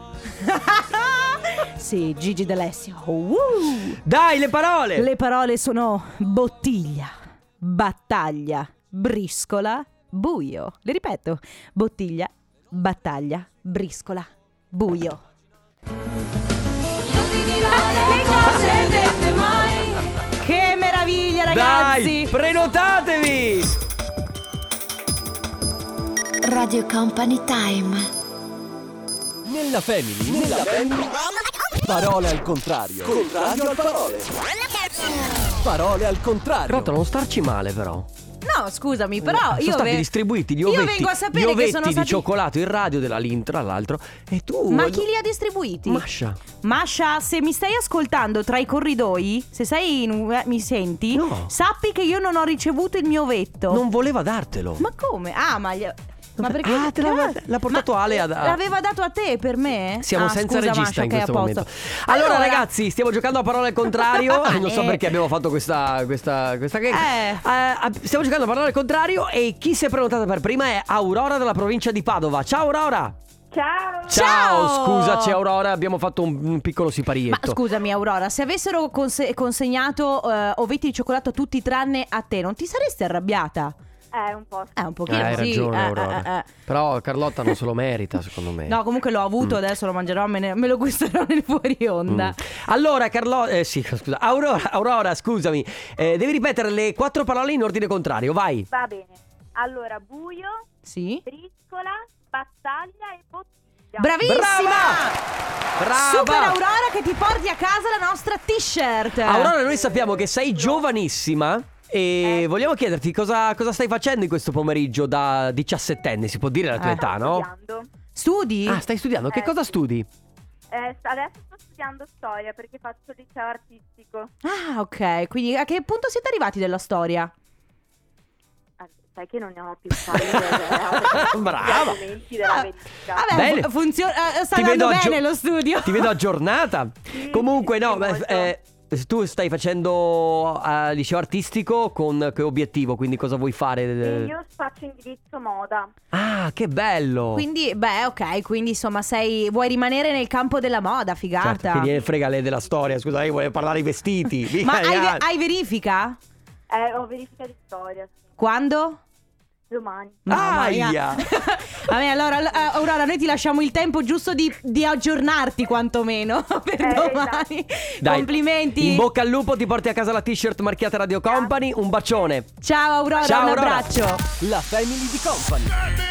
Speaker 2: Sì, Gigi D'Alessio. Uh.
Speaker 1: Dai, le parole!
Speaker 2: Le parole sono bottiglia, battaglia, briscola, buio. Le ripeto: bottiglia, battaglia, briscola, buio. Le cose dette mai. Che meraviglia, ragazzi!
Speaker 1: Dai, prenotatevi!
Speaker 12: Radio Company Time.
Speaker 4: Nella family, nella family. Parole al contrario. Contrario al parole. Parole al contrario.
Speaker 1: Carlotta, non starci male però.
Speaker 2: No, no, scusami, però
Speaker 1: sono
Speaker 2: io
Speaker 1: stati
Speaker 2: ve-
Speaker 1: distribuiti gli
Speaker 2: io
Speaker 1: ovetti,
Speaker 2: vengo a sapere
Speaker 1: gli
Speaker 2: che
Speaker 1: ovetti
Speaker 2: sono
Speaker 1: di
Speaker 2: stati-
Speaker 1: cioccolato in radio della Lin, tra l'altro. E tu
Speaker 2: Ma chi li ha distribuiti?
Speaker 1: Masha.
Speaker 2: Masha, se mi stai ascoltando tra i corridoi, se sei in, eh, mi senti?
Speaker 1: No.
Speaker 2: Sappi che io non ho ricevuto il mio ovetto.
Speaker 1: Non voleva dartelo.
Speaker 2: Ma come? Ah, ma gli... Ma perché?
Speaker 1: Ah, te l'aveva- l'ha portato
Speaker 2: Ma
Speaker 1: Ale ad-
Speaker 2: l'aveva dato a te per me?
Speaker 1: Siamo
Speaker 2: Ah,
Speaker 1: senza
Speaker 2: scusa,
Speaker 1: regista
Speaker 2: Masha,
Speaker 1: in
Speaker 2: ok,
Speaker 1: questo
Speaker 2: a posto.
Speaker 1: momento. Allora,
Speaker 2: Allora-
Speaker 1: ragazzi, stiamo giocando a parole al contrario. Non so
Speaker 2: Eh.
Speaker 1: perché abbiamo fatto questa questa questa game.
Speaker 2: Eh.
Speaker 1: Eh, stiamo giocando a parole al contrario e chi si è prenotata per prima è Aurora della provincia di Padova. Ciao Aurora.
Speaker 6: Ciao.
Speaker 1: Ciao,
Speaker 2: Ciao.
Speaker 1: scusaci Aurora, abbiamo fatto un, un piccolo
Speaker 2: Ma
Speaker 1: siparietto.
Speaker 2: scusami Aurora, se avessero conse- consegnato eh, ovetti di cioccolato a tutti tranne a te, non ti saresti arrabbiata?
Speaker 6: Eh, un po'.
Speaker 2: Eh, un pochino
Speaker 1: Eh, hai
Speaker 2: sì.
Speaker 1: ragione
Speaker 2: eh,
Speaker 1: Aurora.
Speaker 2: eh, eh.
Speaker 1: Però Carlotta non se lo merita, secondo me.
Speaker 2: No, comunque l'ho avuto, adesso lo mangerò, me, ne- me lo gusterò nel fuori onda.
Speaker 1: Mm. Allora Carlo eh, sì, scusa. Aurora, Aurora, scusami. Eh, devi ripetere le quattro parole in ordine contrario, vai.
Speaker 6: Va bene. Allora, buio,
Speaker 2: Sì.
Speaker 6: briscola, battaglia e bottiglia.
Speaker 2: Bravissima!
Speaker 1: Brava!
Speaker 2: Super Aurora che ti porti a casa la nostra t-shirt.
Speaker 1: Aurora, noi sappiamo che sei giovanissima e vogliamo chiederti cosa, cosa stai facendo in questo pomeriggio da diciassettenne, si può dire la tua
Speaker 2: Eh.
Speaker 1: età, no?
Speaker 6: Studiando.
Speaker 2: Studi?
Speaker 1: Ah, stai studiando? Che
Speaker 6: Eh.
Speaker 1: cosa studi?
Speaker 6: Eh, adesso sto studiando storia perché faccio il liceo artistico.
Speaker 2: Ah, ok. Quindi a che punto siete arrivati della storia?
Speaker 6: Eh, Sai che non ne ho più pallida
Speaker 1: Brava.
Speaker 6: argomenti della verifica.
Speaker 2: Vabbè,
Speaker 1: Bene.
Speaker 2: fu- funziona, eh, sta
Speaker 1: Ti
Speaker 2: andando
Speaker 1: vedo
Speaker 2: bene
Speaker 1: aggio-
Speaker 2: lo studio.
Speaker 1: Ti vedo aggiornata.
Speaker 6: Sì,
Speaker 1: Comunque,
Speaker 6: sì,
Speaker 1: no,
Speaker 6: sì,
Speaker 1: beh,
Speaker 6: molto.
Speaker 1: eh, tu stai facendo al liceo artistico con che obiettivo? Quindi cosa vuoi fare?
Speaker 6: Sì, io faccio indirizzo moda.
Speaker 1: Ah, che bello!
Speaker 2: Quindi, beh, ok, quindi insomma sei vuoi rimanere nel campo della moda, figata.
Speaker 1: Certo, che gliene frega lei della storia. Scusa, lei vuole parlare di vestiti.
Speaker 2: Ma
Speaker 1: Via,
Speaker 2: hai,
Speaker 1: via.
Speaker 2: hai verifica?
Speaker 6: Eh, ho verifica di storia. Sì.
Speaker 2: Quando?
Speaker 6: Domani.
Speaker 2: Mamma mia.
Speaker 1: Aia.
Speaker 2: Vabbè, allora, eh, Aurora, noi ti lasciamo il tempo giusto di, di aggiornarti quantomeno per
Speaker 6: Eh,
Speaker 2: domani.
Speaker 1: Dai,
Speaker 2: Complimenti.
Speaker 1: In bocca al lupo, ti porti a casa la t-shirt marchiata Radio Company. Un bacione.
Speaker 2: Ciao Aurora,
Speaker 1: Ciao,
Speaker 2: un
Speaker 1: Aurora.
Speaker 2: abbraccio.
Speaker 4: La Family di Company.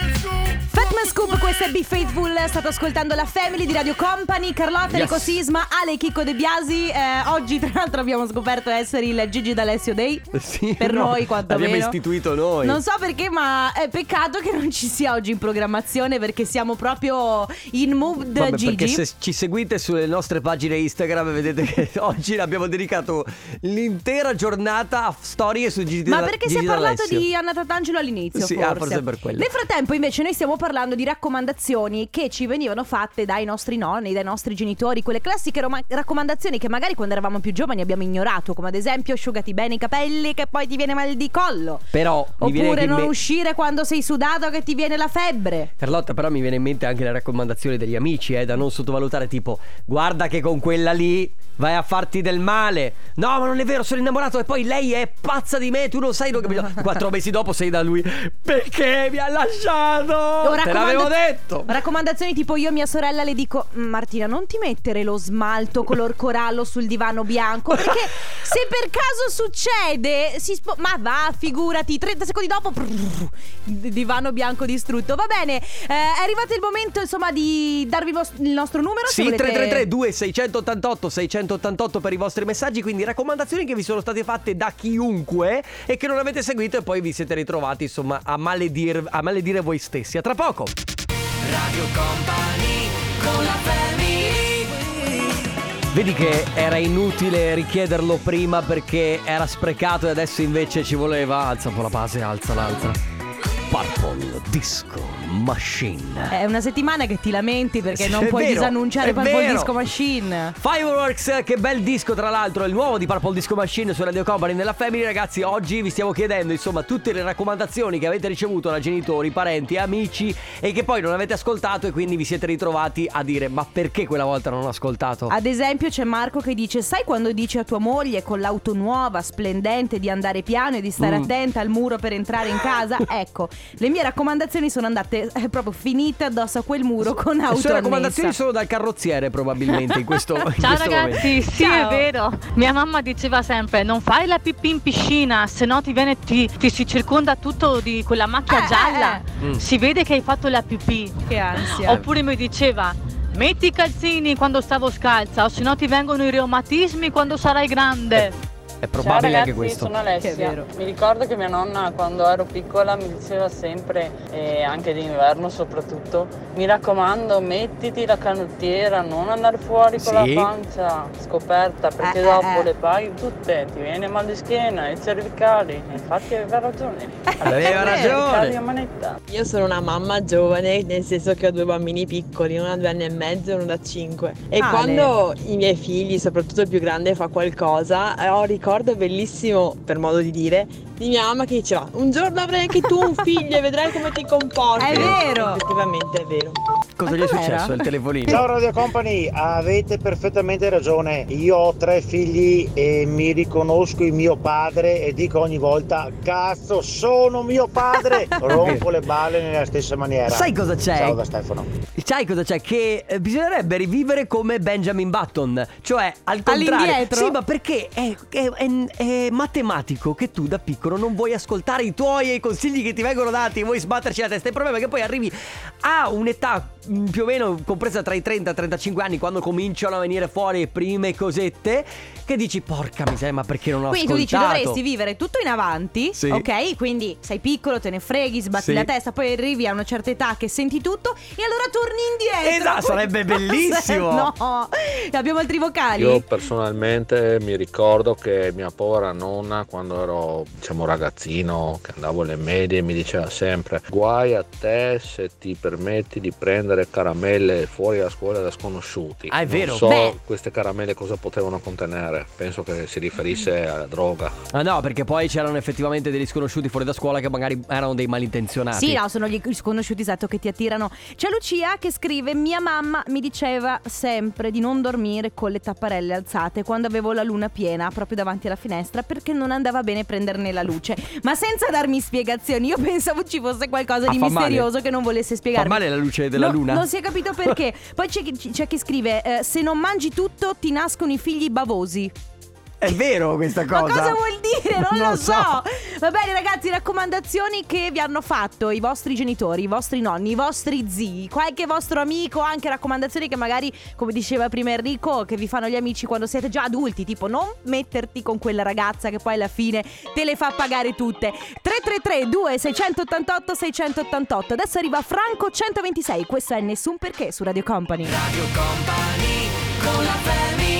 Speaker 2: Fatman Scoop, questa è Be Faithful. State ascoltando la Family di Radio Company. Carlotta,
Speaker 1: Yes.
Speaker 2: Enrico Sisma, Ale e Chicco De Biasi. Eh, oggi tra l'altro abbiamo scoperto essere il Gigi D'Alessio Day.
Speaker 1: Sì,
Speaker 2: Per
Speaker 1: no,
Speaker 2: noi quantomeno.
Speaker 1: Abbiamo istituito noi.
Speaker 2: Non so perché, ma è peccato che non ci sia oggi in programmazione, perché siamo proprio in mood
Speaker 1: Vabbè,
Speaker 2: Gigi.
Speaker 1: perché se ci seguite sulle nostre pagine Instagram vedete che oggi abbiamo dedicato l'intera giornata a storie su Gigi
Speaker 2: Ma
Speaker 1: D'A-
Speaker 2: perché si
Speaker 1: Gigi
Speaker 2: è parlato
Speaker 1: D'Alessio.
Speaker 2: di Anna Tatangelo all'inizio,
Speaker 1: Sì,
Speaker 2: forse.
Speaker 1: ah, forse per quello.
Speaker 2: Nel frattempo invece noi stiamo parlando di raccomandazioni che ci venivano fatte dai nostri nonni, dai nostri genitori, quelle classiche roma- raccomandazioni che magari quando eravamo più giovani abbiamo ignorato, come ad esempio asciugati bene i capelli che poi ti viene mal di collo.
Speaker 1: Però mi viene
Speaker 2: Oppure
Speaker 1: in
Speaker 2: non
Speaker 1: me-
Speaker 2: uscire quando sei sudato che ti viene la febbre.
Speaker 1: Carlotta, però mi viene in mente anche le raccomandazioni degli amici, eh, da non sottovalutare, tipo guarda che con quella lì vai a farti del male. No, ma non è vero, sono innamorato e poi lei è pazza di me, tu non sai dove. Quattro mesi dopo sei da lui. Perché mi ha lasciato?
Speaker 2: O
Speaker 1: Te
Speaker 2: raccomanda-
Speaker 1: l'avevo detto.
Speaker 2: Raccomandazioni tipo io a mia sorella le dico: Martina, non ti mettere lo smalto color corallo sul divano bianco, perché se per caso succede si spo- ma va, figurati, trenta secondi dopo prrr, divano bianco distrutto. Va bene, eh, è arrivato il momento insomma di darvi il vos- il nostro numero. se
Speaker 1: Sì,
Speaker 2: volete-
Speaker 1: tre tre tre due sei otto otto sei otto otto per i vostri messaggi. Quindi raccomandazioni che vi sono state fatte da chiunque e che non avete seguito e poi vi siete ritrovati insomma a maledire, a maledire voi stessi. A tra poco.
Speaker 3: Radio Company con la family.
Speaker 1: Vedi che era inutile richiederlo prima perché era sprecato e adesso invece ci voleva. Alza un po' la base, alzala, alza. Purple Disco Machine.
Speaker 2: È una settimana che ti lamenti perché
Speaker 1: Sì,
Speaker 2: non
Speaker 1: è
Speaker 2: puoi
Speaker 1: vero,
Speaker 2: disannunciare
Speaker 1: è
Speaker 2: Purple
Speaker 1: vero.
Speaker 2: Disco Machine.
Speaker 1: Fireworks, che bel disco tra l'altro, il nuovo di Purple Disco Machine su Radio Company nella Family. Ragazzi, oggi vi stiamo chiedendo insomma tutte le raccomandazioni che avete ricevuto da genitori, parenti, amici e che poi non avete ascoltato e quindi vi siete ritrovati a dire ma perché quella volta non ho ascoltato?
Speaker 2: Ad esempio c'è Marco che dice: sai quando dici a tua moglie con l'auto nuova, splendente, di andare piano e di stare
Speaker 1: Mm.
Speaker 2: attenta al muro per entrare in casa? Ecco, le mie raccomandazioni sono andate eh, proprio finite addosso a quel muro con
Speaker 1: Le
Speaker 2: auto
Speaker 1: sue raccomandazioni
Speaker 2: annessa.
Speaker 1: sono dal carrozziere probabilmente in questo, in
Speaker 11: Ciao
Speaker 1: questo
Speaker 11: ragazzi,
Speaker 1: momento.
Speaker 11: sì
Speaker 2: Ciao.
Speaker 11: è vero. Mia mamma diceva sempre non fai la pipì in piscina, se no ti viene ti, ti si circonda tutto di quella macchia
Speaker 2: Eh,
Speaker 11: gialla.
Speaker 2: eh,
Speaker 1: Mm.
Speaker 11: Si vede che hai fatto la pipì.
Speaker 2: Che ansia.
Speaker 11: Oppure mi diceva metti i calzini quando stavo scalza o se no ti vengono i reumatismi quando sarai grande.
Speaker 1: È probabile
Speaker 13: Ciao
Speaker 1: anche
Speaker 13: ragazzi,
Speaker 1: questo.
Speaker 13: sono Alessia. Mi ricordo che mia nonna quando ero piccola mi diceva sempre, e anche d'inverno soprattutto, mi raccomando mettiti la canottiera, non andare fuori con
Speaker 1: Sì.
Speaker 13: la pancia scoperta perché
Speaker 2: Eh,
Speaker 13: dopo
Speaker 2: eh.
Speaker 13: le paghi tutte, ti viene mal di schiena e cervicali. Infatti aveva ragione.
Speaker 1: Aveva ragione.
Speaker 13: Cervicali a manetta.
Speaker 14: Io sono una mamma giovane, nel senso che ho due bambini piccoli, uno da due anni e mezzo e uno da cinque. E
Speaker 2: Ale.
Speaker 14: quando i miei figli, soprattutto il più grande, fa qualcosa, eh, ho un ricordo bellissimo, per modo di dire, di mia mamma che diceva: un giorno avrai anche tu un figlio e vedrai come ti comporti.
Speaker 2: È vero.
Speaker 14: Effettivamente è vero.
Speaker 1: Cosa gli è successo? Il telefonino.
Speaker 15: Ciao Radio Company, avete perfettamente ragione. Io ho tre figli e mi riconosco in mio padre e dico ogni volta: cazzo, sono mio padre! Rompo le balle nella stessa maniera.
Speaker 1: Sai cosa c'è?
Speaker 15: Ciao da Stefano.
Speaker 1: Sai cosa c'è? Che eh, bisognerebbe rivivere come Benjamin Button. Cioè al contrario.
Speaker 2: All'indietro?
Speaker 1: Sì, ma perché è, è- è- è matematico che tu da piccolo non vuoi ascoltare i tuoi e i consigli che ti vengono dati, vuoi sbatterci la testa. Il problema è che poi arrivi a un'età mh, più o meno compresa tra i trenta e i trentacinque anni, quando cominciano a venire fuori le prime cosette, che dici porca miseria, ma perché non ho
Speaker 2: Quindi tu dici
Speaker 1: ascoltato?
Speaker 2: dovresti vivere tutto in avanti,
Speaker 1: Sì.
Speaker 2: ok? Quindi sei piccolo, te ne freghi, sbatti
Speaker 1: Sì.
Speaker 2: la testa, poi arrivi a una certa età che senti tutto e allora torni indietro.
Speaker 1: Esatto, sarebbe bellissimo.
Speaker 2: No, abbiamo altri vocali.
Speaker 16: Io personalmente mi ricordo che mia povera nonna, quando ero diciamo ragazzino, che andavo alle medie, mi diceva sempre: guai a te se ti permetti di prendere caramelle fuori a scuola da sconosciuti.
Speaker 1: Ah, è vero.
Speaker 16: Non so
Speaker 1: Beh.
Speaker 16: queste caramelle cosa potevano contenere, penso che si riferisse alla droga.
Speaker 1: Ah no, perché poi c'erano effettivamente degli sconosciuti fuori da scuola che magari erano dei malintenzionati.
Speaker 2: Sì, no, sono gli sconosciuti, esatto, che ti attirano. C'è Lucia che scrive: mia mamma mi diceva sempre di non dormire con le tapparelle alzate quando avevo la luna piena proprio davanti alla finestra, perché non andava bene prenderne la luce. Ma senza darmi spiegazioni, io pensavo ci fosse qualcosa
Speaker 1: Ah,
Speaker 2: di
Speaker 1: fa
Speaker 2: misterioso
Speaker 1: male.
Speaker 2: che non volesse spiegarmi.
Speaker 1: Fa male la luce della
Speaker 2: No,
Speaker 1: luna?
Speaker 2: Non si è capito perché. Poi c'è, chi- c'è chi scrive: eh, se non mangi tutto ti nascono i figli bavosi.
Speaker 1: È vero questa cosa?
Speaker 2: Ma cosa vuol dire? Non,
Speaker 1: Non
Speaker 2: lo
Speaker 1: so.
Speaker 2: so. Va bene ragazzi, raccomandazioni che vi hanno fatto i vostri genitori, i vostri nonni, i vostri zii, qualche vostro amico, anche raccomandazioni che magari, come diceva prima Enrico, che vi fanno gli amici quando siete già adulti, tipo non metterti con quella ragazza che poi alla fine te le fa pagare tutte. Tre tre tre due sei otto otto sei otto otto. Adesso arriva Franco centoventisei, questo è Nessun Perché su Radio Company.
Speaker 3: Radio Company con la family.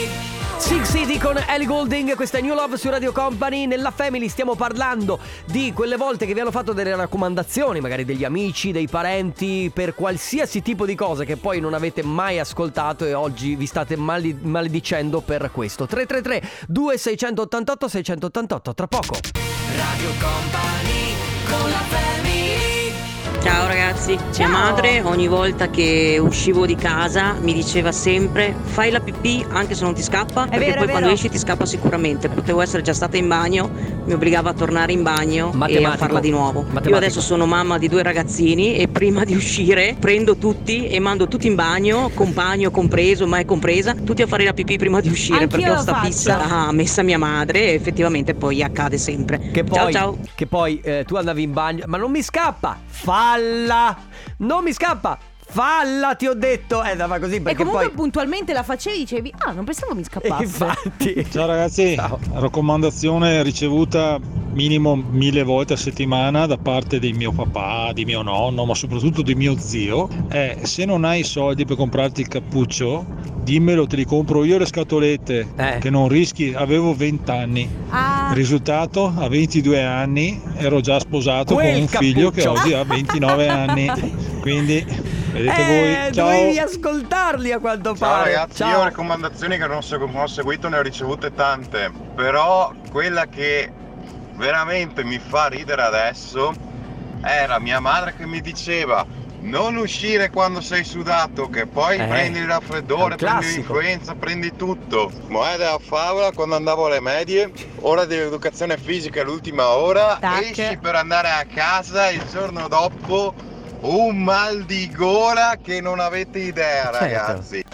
Speaker 1: Six City con Ellie Goulding, questa è New Love su Radio Company. Nella Family stiamo parlando di quelle volte che vi hanno fatto delle raccomandazioni, magari degli amici, dei parenti, per qualsiasi tipo di cosa che poi non avete mai ascoltato e oggi vi state mali- maledicendo per questo. Tre tre tre due sei otto otto sei otto otto, tra poco.
Speaker 3: Radio Company con la family.
Speaker 17: Ciao ragazzi, mia madre ogni volta che uscivo di casa mi diceva sempre: fai la pipì anche se non ti scappa, perché
Speaker 2: vero,
Speaker 17: poi
Speaker 2: è
Speaker 17: quando
Speaker 2: vero.
Speaker 17: esci ti scappa sicuramente. Potevo essere già stata in bagno, mi obbligava a tornare in bagno e
Speaker 1: Matematico.
Speaker 17: a farla di nuovo.
Speaker 1: Matematico.
Speaker 17: Io adesso sono mamma di due ragazzini e prima di uscire prendo tutti e mando tutti in bagno, compagno compreso, mai compresa, tutti a fare la pipì prima di uscire.
Speaker 2: Anch'io
Speaker 17: perché ho
Speaker 2: lo
Speaker 17: sta
Speaker 2: faccio.
Speaker 17: fissa messa mia madre e effettivamente poi accade sempre.
Speaker 1: Che
Speaker 17: ciao
Speaker 1: poi,
Speaker 17: ciao.
Speaker 1: che poi eh, tu andavi in bagno, ma non mi scappa, falla, non mi scappa, falla, ti ho detto. Eh, dava così
Speaker 2: E
Speaker 1: perché
Speaker 2: comunque
Speaker 1: poi
Speaker 2: puntualmente la facevi e dicevi: ah, non pensavo mi scappasse.
Speaker 1: infatti.
Speaker 18: Ciao ragazzi, raccomandazione ricevuta minimo mille volte a settimana da parte di mio papà, di mio nonno, ma soprattutto di mio zio è: se non hai soldi per comprarti il cappuccio, dimmelo, te li compro io le scatolette,
Speaker 1: Eh.
Speaker 18: che non rischi. Avevo venti anni,
Speaker 2: Ah,
Speaker 18: risultato a ventidue anni ero già sposato
Speaker 1: Quel
Speaker 18: con un figlio
Speaker 1: cappuccio.
Speaker 18: che oggi ha ventinove anni, quindi vedete
Speaker 1: Eh,
Speaker 18: voi. Ciao.
Speaker 1: dovevi ascoltarli a quanto
Speaker 19: Ciao
Speaker 1: pare.
Speaker 19: ragazzi,
Speaker 1: Ciao.
Speaker 19: io raccomandazioni che non, so- non ho seguito ne ho ricevute tante, però quella che veramente mi fa ridere adesso era mia madre che mi diceva: non uscire quando sei sudato, che poi
Speaker 1: Eh,
Speaker 19: prendi il raffreddore,
Speaker 1: è un
Speaker 19: prendi
Speaker 1: classico.
Speaker 19: l'influenza, prendi tutto. Moeda della favola, quando andavo alle medie, ora di educazione fisica è l'ultima ora,
Speaker 2: Tac.
Speaker 19: esci per andare a casa, il giorno dopo un mal di gola che non avete idea,
Speaker 1: Certo.
Speaker 19: ragazzi.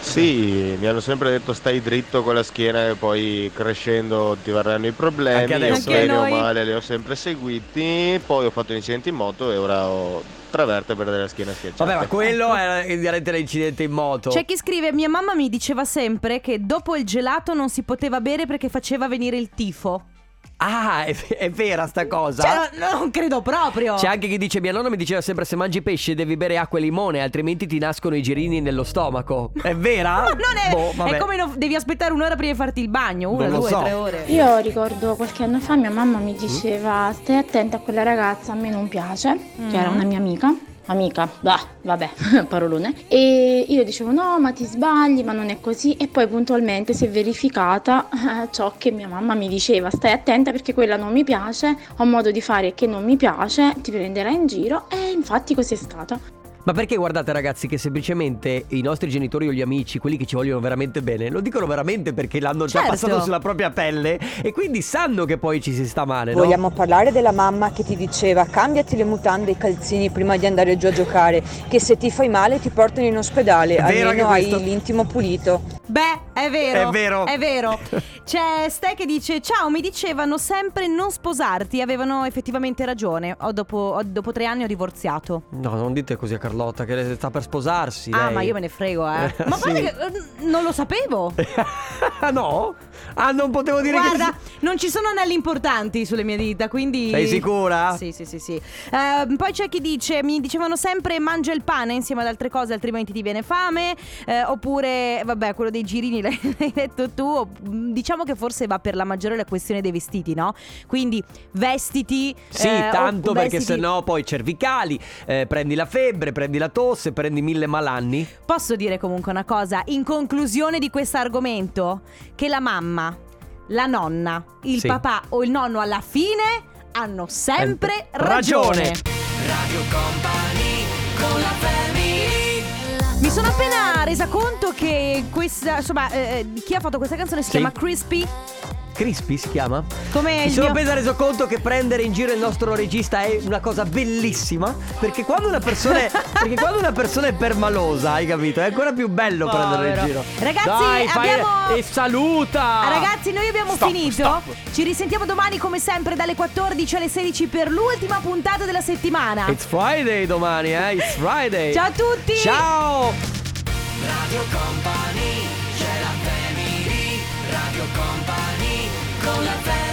Speaker 8: Sì, mi hanno sempre detto stai dritto con la schiena e poi crescendo ti verranno i problemi.
Speaker 1: Anche adesso.
Speaker 8: Io bene o
Speaker 2: Anche noi.
Speaker 8: male li ho sempre seguiti, poi ho fatto un incidente in moto e ora ho tre vertebre della schiena schiacciata.
Speaker 1: Vabbè, ma quello era inerente all'incidente in moto.
Speaker 2: C'è chi scrive: mia mamma mi diceva sempre che dopo il gelato non si poteva bere perché faceva venire il tifo.
Speaker 1: Ah, è, è vera sta cosa?
Speaker 2: Cioè, no, non credo proprio.
Speaker 1: C'è anche chi dice: mia nonna mi diceva sempre se mangi pesce devi bere acqua e limone, altrimenti ti nascono i girini nello stomaco. È vera?
Speaker 2: Non è,
Speaker 1: Boh, vabbè.
Speaker 2: è come no- devi aspettare un'ora prima di farti il bagno. Una,
Speaker 1: Non lo
Speaker 2: due,
Speaker 1: so.
Speaker 2: tre ore.
Speaker 20: Io ricordo qualche anno fa mia mamma mi diceva stai attenta a quella ragazza, a me non piace, che era una mia amica. Amica, bah, vabbè, parolone. E io dicevo no, ma ti sbagli, ma non è così. E poi puntualmente si è verificata eh, ciò che mia mamma mi diceva: stai attenta perché quella non mi piace, ho un modo di fare che non mi piace, ti prenderà in giro. E infatti così è stato.
Speaker 1: Ma perché guardate ragazzi che semplicemente i nostri genitori o gli amici, quelli che ci vogliono veramente bene, lo dicono veramente perché l'hanno già
Speaker 2: Certo.
Speaker 1: passato sulla propria pelle e quindi sanno che poi ci si sta male, no?
Speaker 21: Vogliamo parlare della mamma che ti diceva cambiati le mutande e i calzini prima di andare giù a giocare, che se ti fai male ti portano in ospedale,
Speaker 1: È vero
Speaker 21: almeno
Speaker 1: anche
Speaker 21: hai
Speaker 1: questo.
Speaker 21: l'intimo pulito.
Speaker 2: Beh, è vero.
Speaker 1: È vero.
Speaker 2: È vero. C'è Ste che dice: ciao, mi dicevano sempre non sposarti. Avevano effettivamente ragione. Ho dopo, ho- dopo tre anni ho divorziato.
Speaker 1: No, non dite così a Carlotta che sta per sposarsi.
Speaker 2: Ah,
Speaker 1: lei.
Speaker 2: ma io me ne frego, eh.
Speaker 1: Eh,
Speaker 2: Ma
Speaker 1: sì.
Speaker 2: guarda che eh, non lo sapevo.
Speaker 1: Ah no? Ah, non potevo dire
Speaker 2: Guarda,
Speaker 1: che...
Speaker 2: non ci sono anelli importanti sulle mie dita, quindi...
Speaker 1: Sei sicura?
Speaker 2: Sì, sì, sì, sì. Eh, poi c'è chi dice: mi dicevano sempre mangia il pane insieme ad altre cose, altrimenti ti viene fame. Eh, oppure, vabbè, quello dei girini l'hai, l'hai detto tu. O- Diciamo che forse va per la maggiore la questione dei vestiti, no? Quindi vestiti.
Speaker 1: Sì,
Speaker 2: eh, o-
Speaker 1: tanto perché
Speaker 2: vestiti-
Speaker 1: sennò poi cervicali, eh, prendi la febbre, prendi la tosse, prendi mille malanni.
Speaker 2: Posso dire comunque una cosa in conclusione di questo argomento? Che la mamma, la nonna, il
Speaker 1: Sì.
Speaker 2: papà o il nonno alla fine hanno sempre
Speaker 1: Ragione.
Speaker 2: ragione.
Speaker 3: Radio Company con la family.
Speaker 2: Mi sono appena resa conto che questa, insomma, eh, chi ha fatto questa canzone si
Speaker 1: Sì.
Speaker 2: chiama Crispy.
Speaker 1: Crispy si chiama?
Speaker 2: Come
Speaker 1: Mi
Speaker 2: il
Speaker 1: sono
Speaker 2: mio-
Speaker 1: appena reso conto che prendere in giro il nostro regista è una cosa bellissima. Perché quando una persona è, perché quando una persona è permalosa, hai capito? È ancora più bello prenderla in
Speaker 2: Povero.
Speaker 1: giro.
Speaker 2: Ragazzi,
Speaker 1: Dai, fai-
Speaker 2: abbiamo-
Speaker 1: E saluta!
Speaker 2: Ah, ragazzi, noi abbiamo
Speaker 1: Stop,
Speaker 2: finito.
Speaker 1: stop.
Speaker 2: Ci risentiamo domani come sempre dalle quattordici alle sedici per l'ultima puntata della settimana.
Speaker 1: It's Friday domani, eh? It's Friday.
Speaker 2: Ciao a tutti.
Speaker 1: Ciao!
Speaker 3: Radio Company, c'è la family. Radio Company con la family.